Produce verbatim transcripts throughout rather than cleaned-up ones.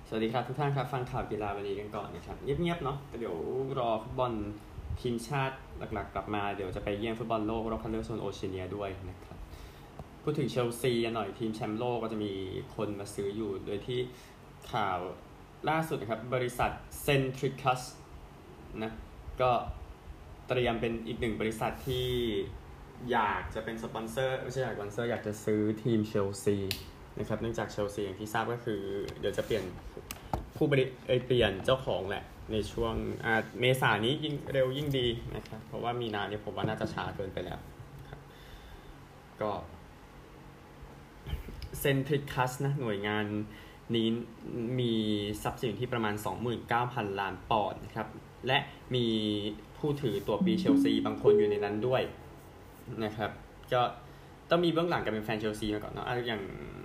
สวัสดีครับทุกท่านครับฟังข่าวกีฬาวันนี้กันก่อนนะครับเงียบๆเนาะเดี๋ยวรอฟุตบอลทีมชาติหลักๆกลับมาเดี๋ยวจะไปเยี่ยมฟุตบอลโลกรอบคัดเลือกโซนโอเชียเนียด้วยนะครับพูดถึงเชลซีกันหน่อยทีมแชมป์โลกก็จะมีคนมาซื้ออยู่โดยที่ข่าวล่าสุดนะครับบริษัท Centricus นะก็เตรียมเป็นอีกหนึ่งบริษัทที่อยากจะเป็นสปอนเซอร์ไม่ใช่อยากสปอนเซอร์อยากจะซื้อทีมเชลซีนะครับเนื่องจากเชลซีอย่างที่ทราบก็คือเดี๋ยวจะเปลี่ยนผู้บริเปลี่ยนเจ้าของแหละในช่วงเมษายนนี้ยิ่งเร็วยิ่งดีนะครับเพราะว่ามีนาเนี่ยผมว่าน่าจะช้าเกินไปแล้วครับก็ Centricus นะหน่วยงานนี้มีทรัพย์สินที่ประมาณ สองหมื่นเก้าพัน ล้านปอนด์นะครับและมีผู้ถือตัวปีเชลซีบางคนอยู่ในนั้นด้วยนะครับก็ต้องมีเบื้องหลังกันเป็นแฟนเชลซีมาก่อนเนาะอย่าง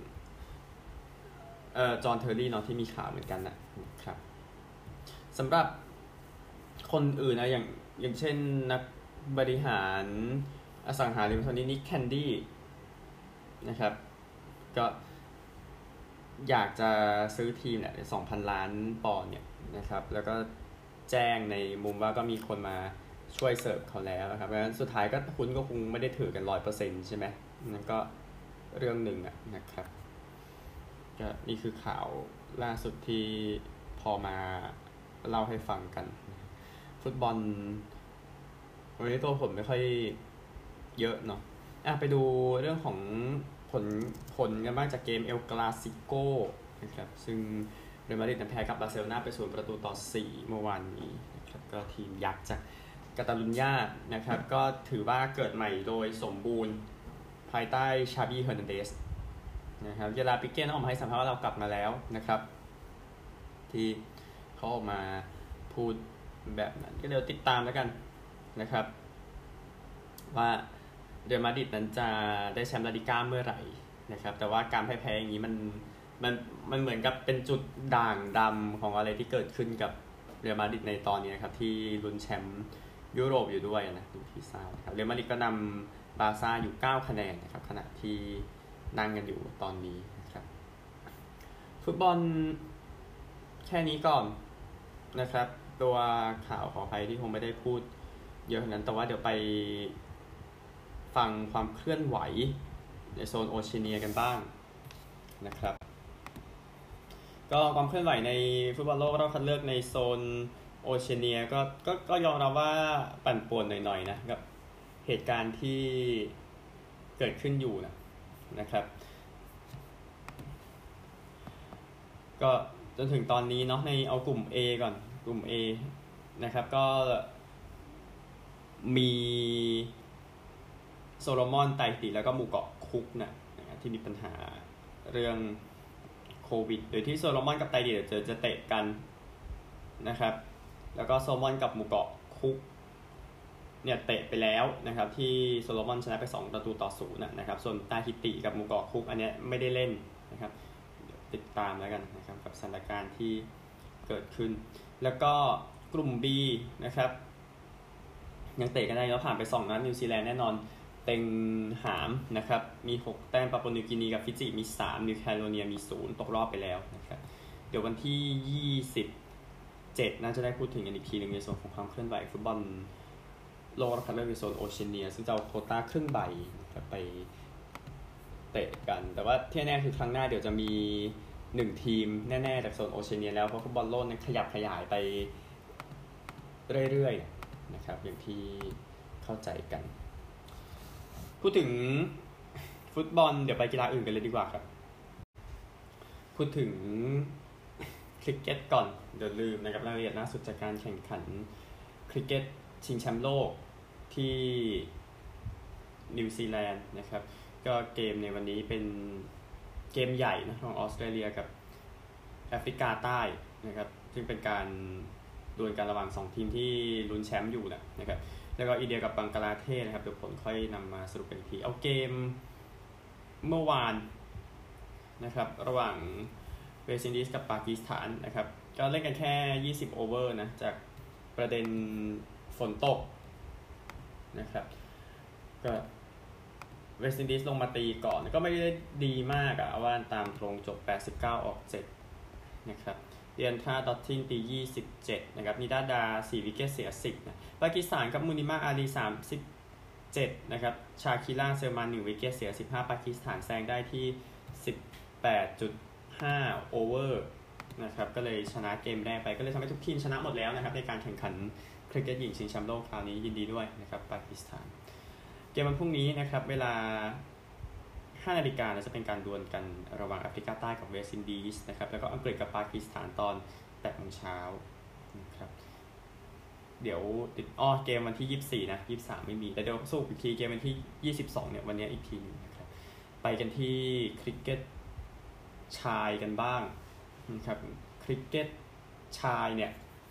เอ่อจอห์นเทอร์รี่เนาะที่มีข่าวเหมือนกันนะครับสำหรับคนอื่นนะอย่างอย่างเช่นนักบริหารอสังหาริมทรัพย์นิกแคนดี้นะครับก็อยากจะซื้อทีมเนี่ย สองพัน ล้านปอนด์เนี่ยนะครับแล้วก็แจ้งในมุมว่าก็มีคนมาช่วยเสิร์ฟเขาแล้วนะครับเพราะฉะนั้นสุดท้ายก็คุณก็คงไม่ได้ถือกัน ร้อยเปอร์เซ็นต์ ใช่ไหมนั่นก็เรื่องหนึ่งอ่ะนะครับก็นี่คือข่าวล่าสุดที่พอมาเล่าให้ฟังกันฟุตบอลวันนี้ตัวผมไม่ค่อยเยอะเนาะอ่ะไปดูเรื่องของผลผลกันบ้างจากเกมเอลคลาสิโกนะครับซึ่งเรอัลมาดริดแพ้กับบาร์เซโลนาไปศูนย์ประตูต่อสี่เมื่อวานนี้นะครับก็ทีมยักษ์จากกาตาลุญญานะครับก็ถือว่าเกิดใหม่โดยสมบูรณ์ภายใต้ชาบีเฮอร์นันเดสนะครับเยลาปิเก้นออกมาให้สัมภาษณ์ว่าเรากลับมาแล้วนะครับที่เขาออกมาพูดแบบนั้นก็เดี๋ยวติดตามแล้วกันนะครับว่าเรอัลมาดริดนั้นจะได้แชมป์ลาลิก้าเมื่อไหร่นะครับแต่ว่าการแพ้ๆอย่างนี้มันมันมันเหมือนกับเป็นจุดด่างดำของอะไรที่เกิดขึ้นกับเรอัลมาดริดในตอนนี้นะครับที่ลุ้นแชมป์ยุโรปอยู่ด้วยนะดูที่ทราบครับเรอัลมาดริดก็นำบาร์ซ่าอยู่เก้าคะแนนนะครับขณะที่นั่งกันอยู่ตอนนี้นะครับฟุตบอลแค่นี้ก่อนนะครับตัวข่าวขออภัยที่คงไม่ได้พูดเยอะขนาดนั้นแต่ว่าเดี๋ยวไปฟังความเคลื่อนไหวในโซนโอเชียเนียกันบ้างนะครับก็ความเคลื่อนไหวในฟุตบอลโลกรอบคัดเลือกในโซนโอเชียเนียก็ก็ก็ยอมรับว่าปั่นป่วนหน่อยๆนะกับเหตุการณ์ที่เกิดขึ้นอยู่นะนะครับก็จนถึงตอนนี้เนาะในเอากลุ่ม A ก่อนกลุ่ม A นะครับก็มีโซโลมอนไตติแล้วก็หมู่เกาะคุกนะที่มีปัญหาเรื่องโควิดโดยที่โซโลมอนกับไตติจะจะเตะกันนะครับแล้วก็โซโลมอนกับหมู่เกาะคุกเนี่ยเตะไปแล้วนะครับที่โซโลมอนชนะไปสองประตูต่อศูนย์นะครับส่วนไตติกับหมู่เกาะคุกอันเนี้ยไม่ได้เล่นนะครับติดตามแล้วกันนะครับกับสถานการณ์ที่เกิดขึ้นแล้วก็กลุ่ม B นะครับยังเตะกันได้แล้วผ่านไปสองนัดนิวซีแลนด์แน่นอนเต็งหามนะครับมีหกแต้มปาปัวนิวกินีกับฟิจิมีสามนิวแคลิโดเนียมีศูนย์ตกรอบไปแล้วนะครับเดี๋ยววันที่ยี่สิบเจ็ดน่าจะได้พูดถึงกันอีกทีนึงในส่วนของความเคลื่อนไหวฟุตบอลโลกรอบคัดเลือกในโซนโอเชียเนียซึ่งจะเอาโควต้าครึ่งใบไปเตะกันแต่ว่าที่แน่คือครั้งหน้าเดี๋ยวจะมีหนึ่งทีมแน่ๆจากโซนโอเชียเนียแล้วเพราะฟุตบอลโลกนั้นขยับขยายไปเรื่อยๆนะครับอย่างที่เข้าใจกันพูดถึงฟุตบอลเดี๋ยวไปกีฬาอื่นกันเลยดีกว่าครับพูดถึงคริกเก็ตก่อนเดี๋ยวลืมนะครับรายละเอียดล่าสุดจากการแข่งขันคริกเก็ตชิงแชมป์โลกที่นิวซีแลนด์นะครับก็เกมในวันนี้เป็นเกมใหญ่นะของออสเตรเลียกับแอฟริกาใต้นะครับซึ่งเป็นการดวลกันระหว่างสองทีมที่ลุ้นแชมป์อยู่นะครับแล้วก็อินเดียกับบังกลาเทศนะครับเดี๋ยวผลค่อยนำมาสรุปกันอีกทีเอาเกมเมื่อวานนะครับระหว่างเวสต์อินดีสกับปากีสถานนะครับก็เล่นกันแค่ยี่สิบโอเวอร์นะจากประเด็นฝนตกนะครับก็เวสต์อินดีสลงมาตีก่อนก็ไม่ได้ดีมากอะว่าตามตรงจบแปดสิบเก้าออกเจ็ดนะครับเดียนทาดอตทินตียี่สิบเจ็ดนะครับนิดาดาสี่วิกเก็ตเสียสิบนะปากีสถานกับมูนิมาอาลีสามสิบเจ็ดนะครับชาคิล่าเซอร์มานหนึ่งวิกเก็ตเสียสิบห้าปากีสถานแซงได้ที่ สิบแปดจุดห้า โอเวอร์นะครับก็เลยชนะเกมแรกไปก็เลยทำให้ทุกทีมชนะหมดแล้วนะครับในการแข่งขันคริกเก็ตหญิงชิงแชมป์โลกคราวนี้ยินดีด้วยนะครับปากีสถานเกมวันพรุ่งนี้นะครับเวลาห้านาฬิกาจะเป็นการดวลกันระหว่างแอฟริกาใต้กับเวสต์อินดีสนะครับแล้วก็อังกฤษกับปากีสถานตอนแปดโมงเช้านะครับเดี๋ยวติดอ้อเกมวันที่ยี่สิบสี่นะยี่สิบสามไม่มีแต่เดี๋ยวสู้อีกทีเกมวันที่ยี่สิบสองเนี่ยวันนี้อีกทีนึงนะครับไปกันที่คริกเก็ตชายกันบ้างนะครับคริกเก็ตชายเนี่ย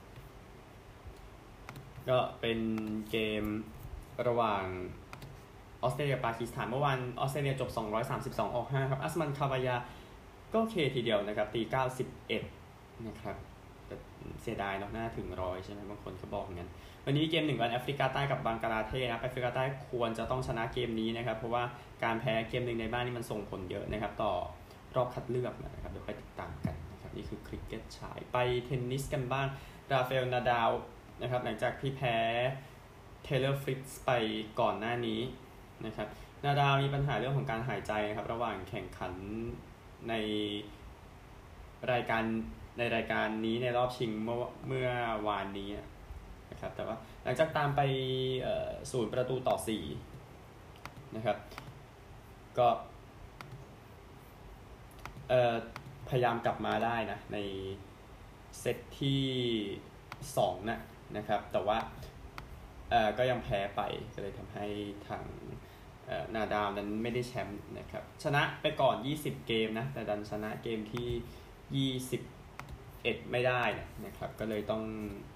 ก็เป็นเกมระหว่างออสเตรเลียปากีสถานเมื่อวานออสเตรเลียจบสองร้อยสามสิบสองออกห้าครับอัสมันคาวายาก็โอเคทีเดียวนะครับตีเก้าสิบเอ็ดนะครับแต่เสียดายเนาะหน้าถึงร้อยใช่ไหมบางคนเขาบอกงั้นวันนี้เกมหนึ่งวันแอฟริกาใต้กับบังกลาเทศนะแอฟริกาใต้ควรจะต้องชนะเกมนี้นะครับเพราะว่าการแพ้เกมหนึ่งในบ้านนี่มันส่งผลเยอะนะครับต่อรอบคัดเลือกนะครับเดี๋ยวไปติดตามกันนะครับนี่คือคริกเก็ตชายไปเทนนิสกันบ้างราฟาเอลนาดาลนะครับหลังจากที่แพ้เทเลอร์ฟริตซ์ไปก่อนหน้านี้นะครับนาดาลมีปัญหาเรื่องของการหายใจนะครับระหว่างแข่งขันในรายการในรายการนี้ในรอบชิงเมื่อเมื่อวานนี้นะครับแต่ว่าหลังจากตามไปศูนย์ประตูต่อสี่นะครับก็พยายามกลับมาได้นะในเซตที่สองนะนะครับแต่ว่าก็ยังแพ้ไปก็เลยทำให้ทางนาดาลนั้นไม่ได้แชมป์นะครับชนะไปก่อนยี่สิบเกมนะแต่ดันชนะเกมที่ยี่สิบเอ็ดไม่ได้นะครับก็เลยต้อง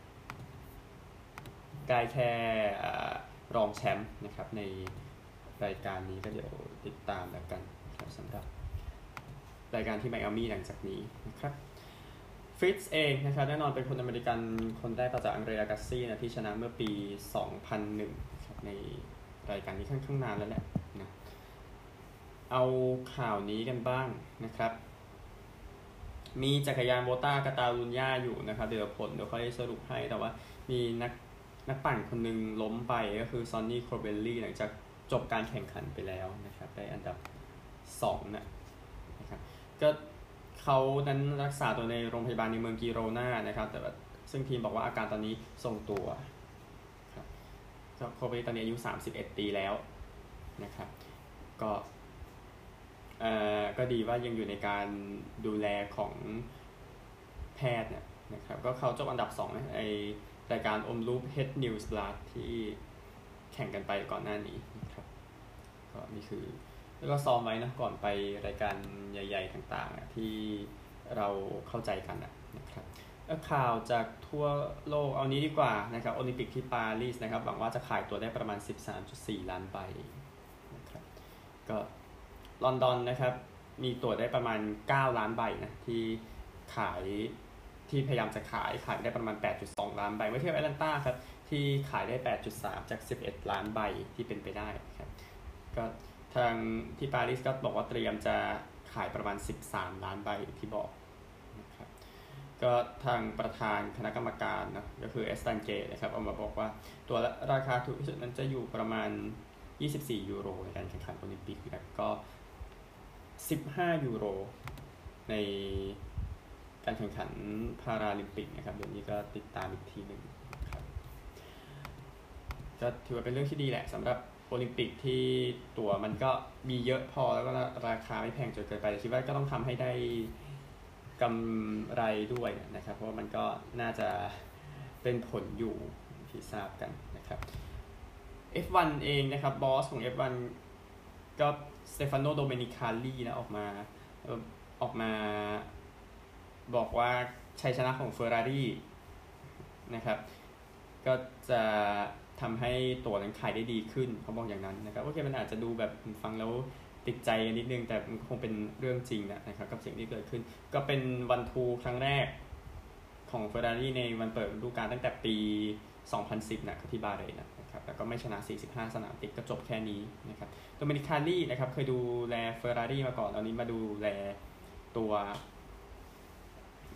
ได้แค่รองแชมป์นะครับในรายการนี้ก็เดี๋ยวติดตามแล้วกันนะครับสำหรับรายการที่ไมอามี่หลังจากนี้นะครับฟริตซ์เองนะครับแน่นอนเป็นคนอเมริกันคนแรกต่อจากอังเดรีย กาซี่นะที่ชนะเมื่อปีสองพันหนึ่งครับในรายการนี้ค่อนข้างนานแล้วแหละนะเอาข่าวนี้กันบ้างนะครับมีจักรยานโบต้ากาตาลุญญาอยู่นะครับเดี๋ยวผลเดี๋ยวค่อยสรุปให้แต่ว่ามีนักนักปั่นคนนึงล้มไปก็คือซอนนี่โครเบลลี่หลังจากจบการแข่งขันไปแล้วนะครับได้อันดับสองนะนะครับก็เขานั้นรักษาตัวในโรงพยาบาลในเมืองกิโรนานะครับแต่ว่าซึ่งทีมบอกว่าอาการตอนนี้ทรงตัวครับโครเบลลี่ตอนนี้อายุสามสิบเอ็ดปีแล้วนะครับก็เอ่อก็ดีว่ายังอยู่ในการดูแลของแพทย์เนี่ยนะครับก็เขาจบอันดับสองในรายการอมรูป Head News Blast ที่แข่งกันไปก่อนหน้านี้นะครับก็นี่คือแล้วก็ซ้อมไว้นะก่อนไปรายการใหญ่ๆต่างๆที่เราเข้าใจกันนะครับแล้วข่าวจากทั่วโลกเอานี้ดีกว่านะครับโอลิมปิกที่ปารีสนะครับหวังว่าจะขายตัวได้ประมาณ สิบสามจุดสี่ ล้านใบนะครับก็ลอนดอนนะครับมีตั๋วได้ประมาณเก้าล้านใบนะที่ขายที่พยายามจะขายขายได้ประมาณ แปดจุดสอง ล้านใบเมื่อเทียบแอตแลนตาครับที่ขายได้ แปดจุดสาม จากสิบเอ็ดล้านใบที่เป็นไปได้ครับก็ทางที่ปารีสก็บอกว่าเตรียมจะขายประมาณสิบสามล้านใบที่บอกนะครับก็ทางประธานคณะกรรมการนะก็คือเอสตันเกตนะครับเอามาบอกว่าตัวราคาถูกที่สุดนั้นจะอยู่ประมาณยี่สิบสี่ยูโรในการแข่งขันโอลิมปิกนะก็สิบห้ายูโรในการแข่งขันพาราลิมปิกนะครับเดี๋ยวนี้ก็ติดตามอีกทีหนึ่งครับก็ถือว่าเป็นเรื่องที่ดีแหละสำหรับโอลิมปิกที่ตั๋วมันก็มีเยอะพอแล้วก็ราคาไม่แพงจนเกินไปแต่คิดว่าก็ต้องทำให้ได้กำไรด้วยนะครับเพราะว่ามันก็น่าจะเป็นผลอยู่ที่ทราบกันนะครับ เอฟ วัน เองนะครับบอสของ เอฟ วัน ก็สเตฟานโนโดเมนิคาลีนะออกมาออกมาบอกว่าชัยชนะของ Ferrari นะครับก็จะทำให้ตั๋วนั้นขายได้ดีขึ้นเขาบอกอย่างนั้นนะครับโอเคมันอาจจะดูแบบฟังแล้วติดใจนิดนึงแต่มันคงเป็นเรื่องจริงนะครับกับสิ่งที่เกิดขึ้นก็เป็นวันทูครั้งแรกของ Ferrari ในวันเปิดฤดูกาลตั้งแต่ปีสองพันสิบนะที่บาห์เรนนะครับแล้วก็ไม่ชนะสี่สิบห้าสนามติดก็จบแค่นี้นะครับโดเมนิคาลีนะครับเคยดูแล Ferrari มาก่อนตอนนี้มาดูแลตัว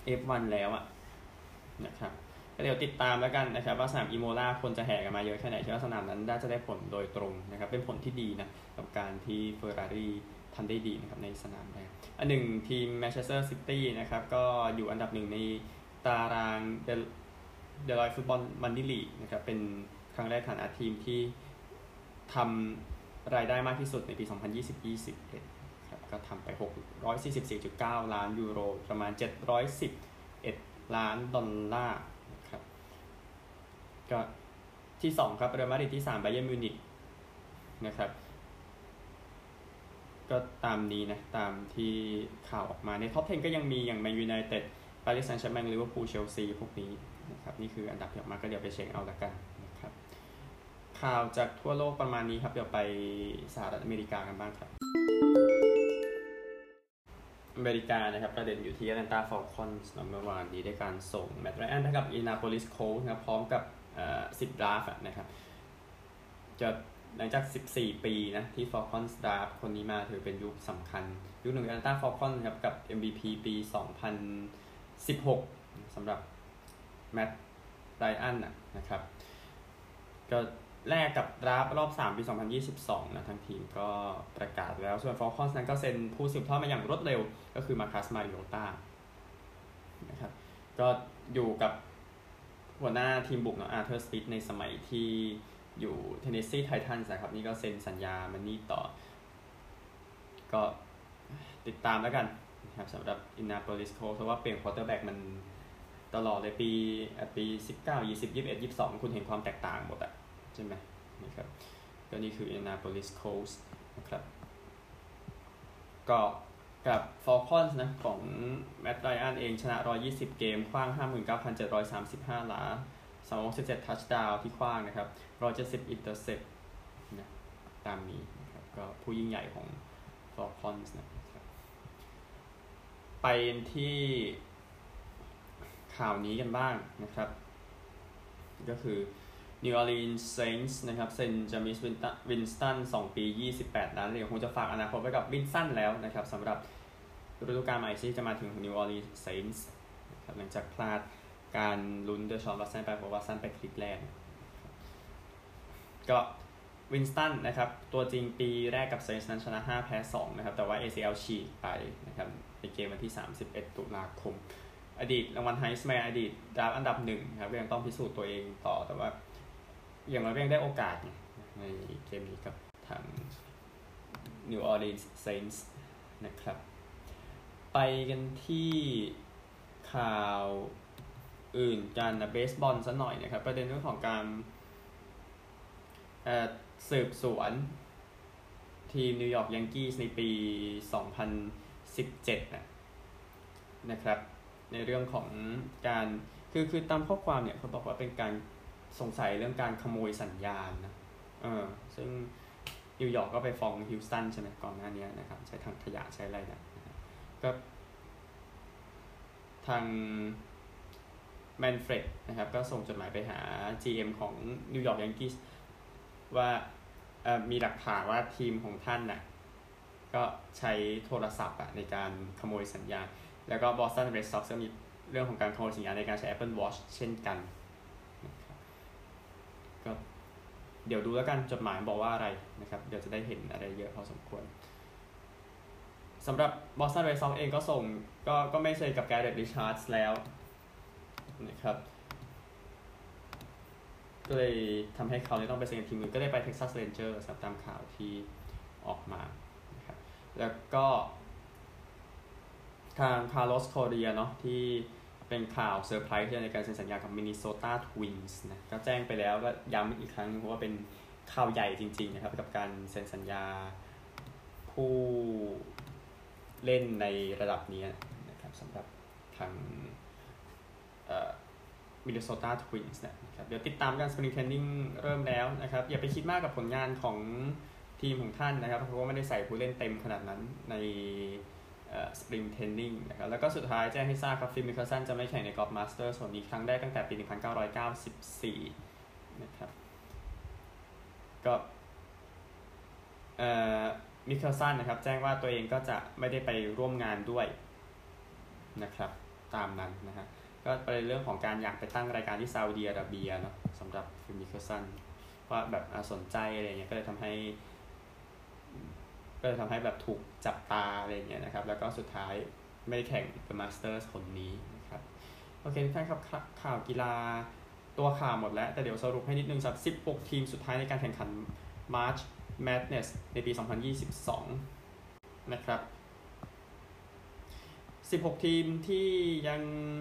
เอฟ วัน แล้วอ่ะนะครับก็เดี๋ยวติดตามแล้วกันนะครับว่าสนามอิโมลาคนจะแห่กันมาเยอะแค่ไหนที่ว่าสนามนั้นน่าจะได้ผลโดยตรงนะครับเป็นผลที่ดีนะกับการที่เฟอร์รารี่ทำได้ดีนะครับในสนามแรกอันหนึ่งทีมแมนเชสเตอร์ซิตี้นะครับก็อยู่อันดับหนึ่งในตารางเดเดลอยฟุตบอลมันนี่ลีกนะครับเป็นครั้งแรกฐานะทีมที่ทำรายได้มากที่สุดในปี สองพันยี่สิบ ยี่สิบเอ็ด ครับก็ทำไป หกร้อยสี่สิบสี่จุดเก้า ล้านยูโรประมาณ เจ็ดร้อยสิบเอ็ด ล้านดอลลาร์นะครับก็ที่สองครับเรอัลมาดริดที่สามไบเยิร์นมิวนิกนะครับก็ตามนี้นะตามที่ข่าวออกมาในท็อปสิบก็ยังมีอย่างแมนยูไนเต็ดปารีสแซงต์แชร์แมงลิเวอร์พูลเชลซีพวกนี้นะครับนี่คืออันดับที่ออกมาก็เดี๋ยวไปเช็คเอาละกันนะครับข่าวจากทั่วโลกประมาณนี้ครับเดี๋ยวไปสหรัฐอเมริกากันบ้างครับอเมริกานะครับประเด็นอยู่ที่แอตแลนตาฟอลคอนส์เมื่อวานนี้ได้การส่งแมตต์ไรอันให้กับอินนาโพลิสโคลส์นะครับพร้อมกับสิบดราฟต์นะครับจะหลังจากสิบสี่ปีนะที่ Falcons Draft คนนี้มาถือเป็นยุคสำคัญยุคหนึ่ง Atlanta Falcons ครับกับ เอ็ม วี พี ปี สองพันสิบหกสำหรับแมตต์ไรอันนะครับก็แลกกับดราฟต์รอบสามปี สองพันยี่สิบสองนะทางทีมก็ประกาศแล้วส่วน Falcons นั้นก็เซ็นผู้สืบทอดมาอย่างรวดเร็วก็คือมาคัสมาริโอต้านะครับก็อยู่กับหัวหน้าทีมบุกเนาะอาร์เธอร์สปิทในสมัยที่อยู่เทนเนสซีไททันส์นะครับนี่ก็เซ็นสัญญามันนี่ต่อก็ติดตามแล้วกันนะครับสำหรับอินนาโพลิสโคลส์เพราะว่าเปลี่ยนควอเตอร์แบ็กมันตลอดเลยปีปีสิบเก้า ยี่สิบ ยี่สิบเอ็ด ยี่สิบสองคุณเห็นความแตกต่างหมดอ่ะใช่ไหมนะครับก็นี่คืออินนาโพลิสโคลส์นะครับก็กับ Falcons นะของแมตต์ไรอันเองชนะหนึ่งร้อยยี่สิบเกมขว้าง ห้าหมื่นเก้าพันเจ็ดร้อยสามสิบห้า หลาสองร้อยหกสิบเจ็ดทัชดาวน์ที่ขว้างนะครับหนึ่งร้อยเจ็ดสิบอินเตอร์เซปนะตามนี้นะครับก็ผู้ยิ่งใหญ่ของ Falcons นะครับไปที่ข่าวนี้กันบ้างนะครับก็คือ New Orleans Saints นะครับเซ็นจามิสวินสตันสองปียี่สิบแปดล้านเหรียญคงจะฝากอนาคตไว้กับวินสตันแล้วนะครับสำหรับฤดูกาลใหม่ที่จะมาถึง New Orleans Saints นะครับหลังจากพลาดการลุ้นเดชอนวัตสันไปเพราะวัตสันไปคลิปแรกก็วินสตันนะครับตัวจริงปีแรกกับ Saints นั้นชนะห้าแพ้สองนะครับแต่ว่า เอ ซี แอล ฉีกไปนะครับในเกมวันที่สามสิบเอ็ดตุลาคมอดีตรางวัลไฮส์แมนอดีตดราฟต์อันดับหนึ่งครับยังต้องพิสูจน์ตัวเองต่อแต่ว่าอย่างน้อยยังได้โอกาสในเกมนี้กับทาง New Orleans Saints นะครับไปกันที่ข่าวอื่นกันนะเบสบอลซะหน่อยนะครับประเด็นเรื่องของการสืบสวนทีมนิวยอร์กยังกี้ในปีสองพันสิบเจ็ดนะนะครับในเรื่องของการคือคือตามข้อความเนี่ยเขาบอกว่าเป็นการสงสัยเรื่องการขโมยสัญญาณนะเออซึ่งนิวยอร์กก็ไปฟ้องฮิวสตันใช่ไหมก่อนหน้านี้นะครับใช้ทางขยะใช้อะไรนะก็ทางแมนเฟรดนะครับก็ส่งจดหมายไปหา จี เอ็ม ของนิวยอร์กยังกี้ว่ามีหลักฐานว่าทีมของท่านน่ะก็ใช้โทรศัพท์ในการขโมยสัญญาณแล้วก็ Boston Red Sox ก็มีเรื่องของการขโมยสัญญาณในการใช้ Apple Watch เช่นกันก็เดี๋ยวดูแล้วกันจดหมายบอกว่าอะไรนะครับเดี๋ยวจะได้เห็นอะไรเยอะพอสมควรสำหรับ Boston Red Sox เองก็ส่งก็ก็ไม่เซ็นกับ Garrett Richards แล้วนะครับก็เลยทำให้เขาต้องไปเซ็นกับทีมอื่นก็ได้ไป Texas Rangers ตามข่าวที่ออกมานะครับแล้วก็ทางคาร์ลอสโคเรียเนาะที่เป็นข่าวเซอร์ไพรส์ในการเซ็นสัญญากับมินนิโซตาทวินส์นะก็แจ้งไปแล้วก็ย้ำอีกครั้งเพราะว่าเป็นข่าวใหญ่จริงๆนะครับกับการเซ็นสัญญาผู้เล่นในระดับนี้นะครับสำหรับทางมินนิโซตาทวินส์นะครับเดี๋ยวติดตามกันสปริงเทรนนิ่งเริ่มแล้วนะครับอย่าไปคิดมากกับผลงานของทีมของท่านนะครับเพราะว่าไม่ได้ใส่ผู้เล่นเต็มขนาดนั้นในสปริงเทรนนิ่งนะครับแล้วก็สุดท้ายแจ้งให้ทราบครับฟิลมิคาซันจะไม่แข่งในกอล์ฟมาสเตอร์ส่วนนี้ครั้งแรกตั้งแต่ปีหนึ่งพันเก้าร้อยเก้าสิบสี่นะครับก็มิคาซันนะครับแจ้งว่าตัวเองก็จะไม่ได้ไปร่วมงานด้วยนะครับตามนั้นนะฮะก็เป็นเรื่องของการอยากไปตั้งรายการที่ซาอุดิอาระเบียเนาะสำหรับฟิลมิเคอร์สันว่าแบบสนใจอะไรเงี้ยก็เลยทำให้ก็เลยทำให้แบบถูกจับตาอะไรเงี้ยนะครับแล้วก็สุดท้ายไม่ได้แข่งเป็นมาสเตอร์สคนนี้นะครับโอเคทุกท่านครับข่าวกีฬาตัวข่าวหมดแล้วแต่เดี๋ยวสรุปให้นิดนึงสำหรับสิบหกทีมสุดท้ายในการแข่งขัน March Madness ในปีสองพันยี่สิบสองนะครับสิบหกทีมที่ยัง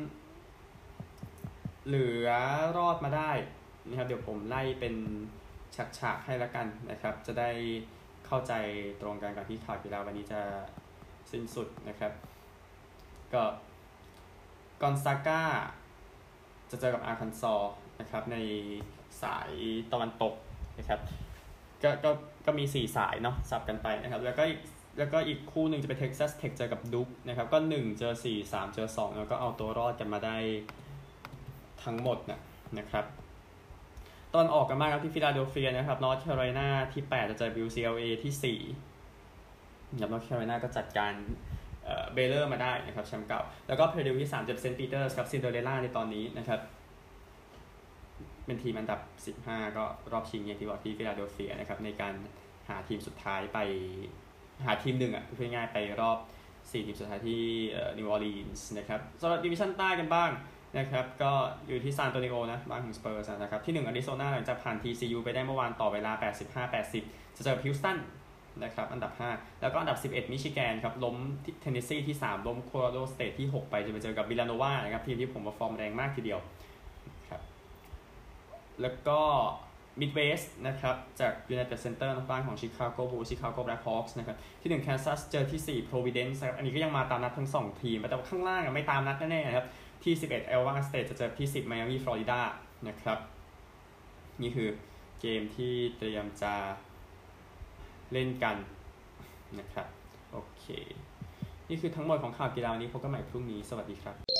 เหลือรอดมาได้นะครับเดี๋ยวผมไล่เป็นฉากๆให้ละกันนะครับจะได้เข้าใจตรงกันกับที่ข่าวกีฬาวันนี้จะสิ้นสุดนะครับก็กอนซาก้าจะเจอกับอาร์คันซอสนะครับในสายตะวันตกนะครับก็ก็ก็มีสี่สายเนาะสับกันไปนะครับแล้วก็แล้วก็อีกคู่หนึ่งจะเป็นเท็กซัสเทคเจอกับดุ๊กนะครับก็หนึ่งเจอสี่ สามเจอสองแล้วก็เอาตัวรอดกันมาได้ทั้งหมดนะนะครับตอนออกกันมากครับที่ฟิลาเดลเฟียนะครับนอร์ทแคโรไลนาที่แปดจะเจอ ยู ซี แอล เอ ที่สี่นะครับนอร์ทแคโรไลนาก็จัดการเอ่อเบเลอร์มาได้นะครับแชมป์เก่าแล้วก็เพอร์ดิวที่สามจะเซนต์ปีเตอร์สกับซินเดอเรลล่าในตอนนี้นะครับเป็นทีมอันดับสิบห้าก็รอบชิงอย่างที่บอกที่ฟิลาเดลเฟียนะครับในการหาทีมสุดท้ายไปหาทีมหนึ่งอ่ะพูดง่ายๆไปรอบสี่ทีมสุดท้ายที่เอ่อนิวออร์ลีนส์นะครับสำหรับดิวิชั่นใต้กันบ้างนะครับก็อยู่ที่ซานโตนิโอนะบ้านของสเปอร์สนะครับที่หนึ่งอาริโซนาหลังจากผ่าน ที ซี ยู ไปได้เมื่อวานต่อเวลา แปดสิบห้า แปดสิบ จะเจอฮิวสตันนะครับอันดับห้าแล้วก็อันดับสิบเอ็ดมิชิแกนครับล้มเทนเนสซีที่สามล้มโคโลราโดสเตทที่หกไปจะไปเจอกับวิลลาโนวานะครับทีมที่ผมว่าฟอร์มแรงมากทีเดียวครับแล้วก็มิดเวสต์นะครับจาก United Center นักบ้านของ Chicago Bulls Chicago Blackhawks นะครับที่หนึ่ง Kansas เจอที่สี่ Providence นะครับอันนี้ก็ยังมาตามนัดทั้งสองทีมแต่ว่าข้างล่างไม่ตามนัดแน่ๆนะครับที่สิบเอ็ด Iowa State จะเจอที่สิบ Miami Florida นะครับนี่คือเกมที่เตรียมจะเล่นกันนะครับโอเคนี่คือทั้งหมดของข่าวกีฬาวันนี้พบกันใหม่พรุ่งนี้สวัสดีครับ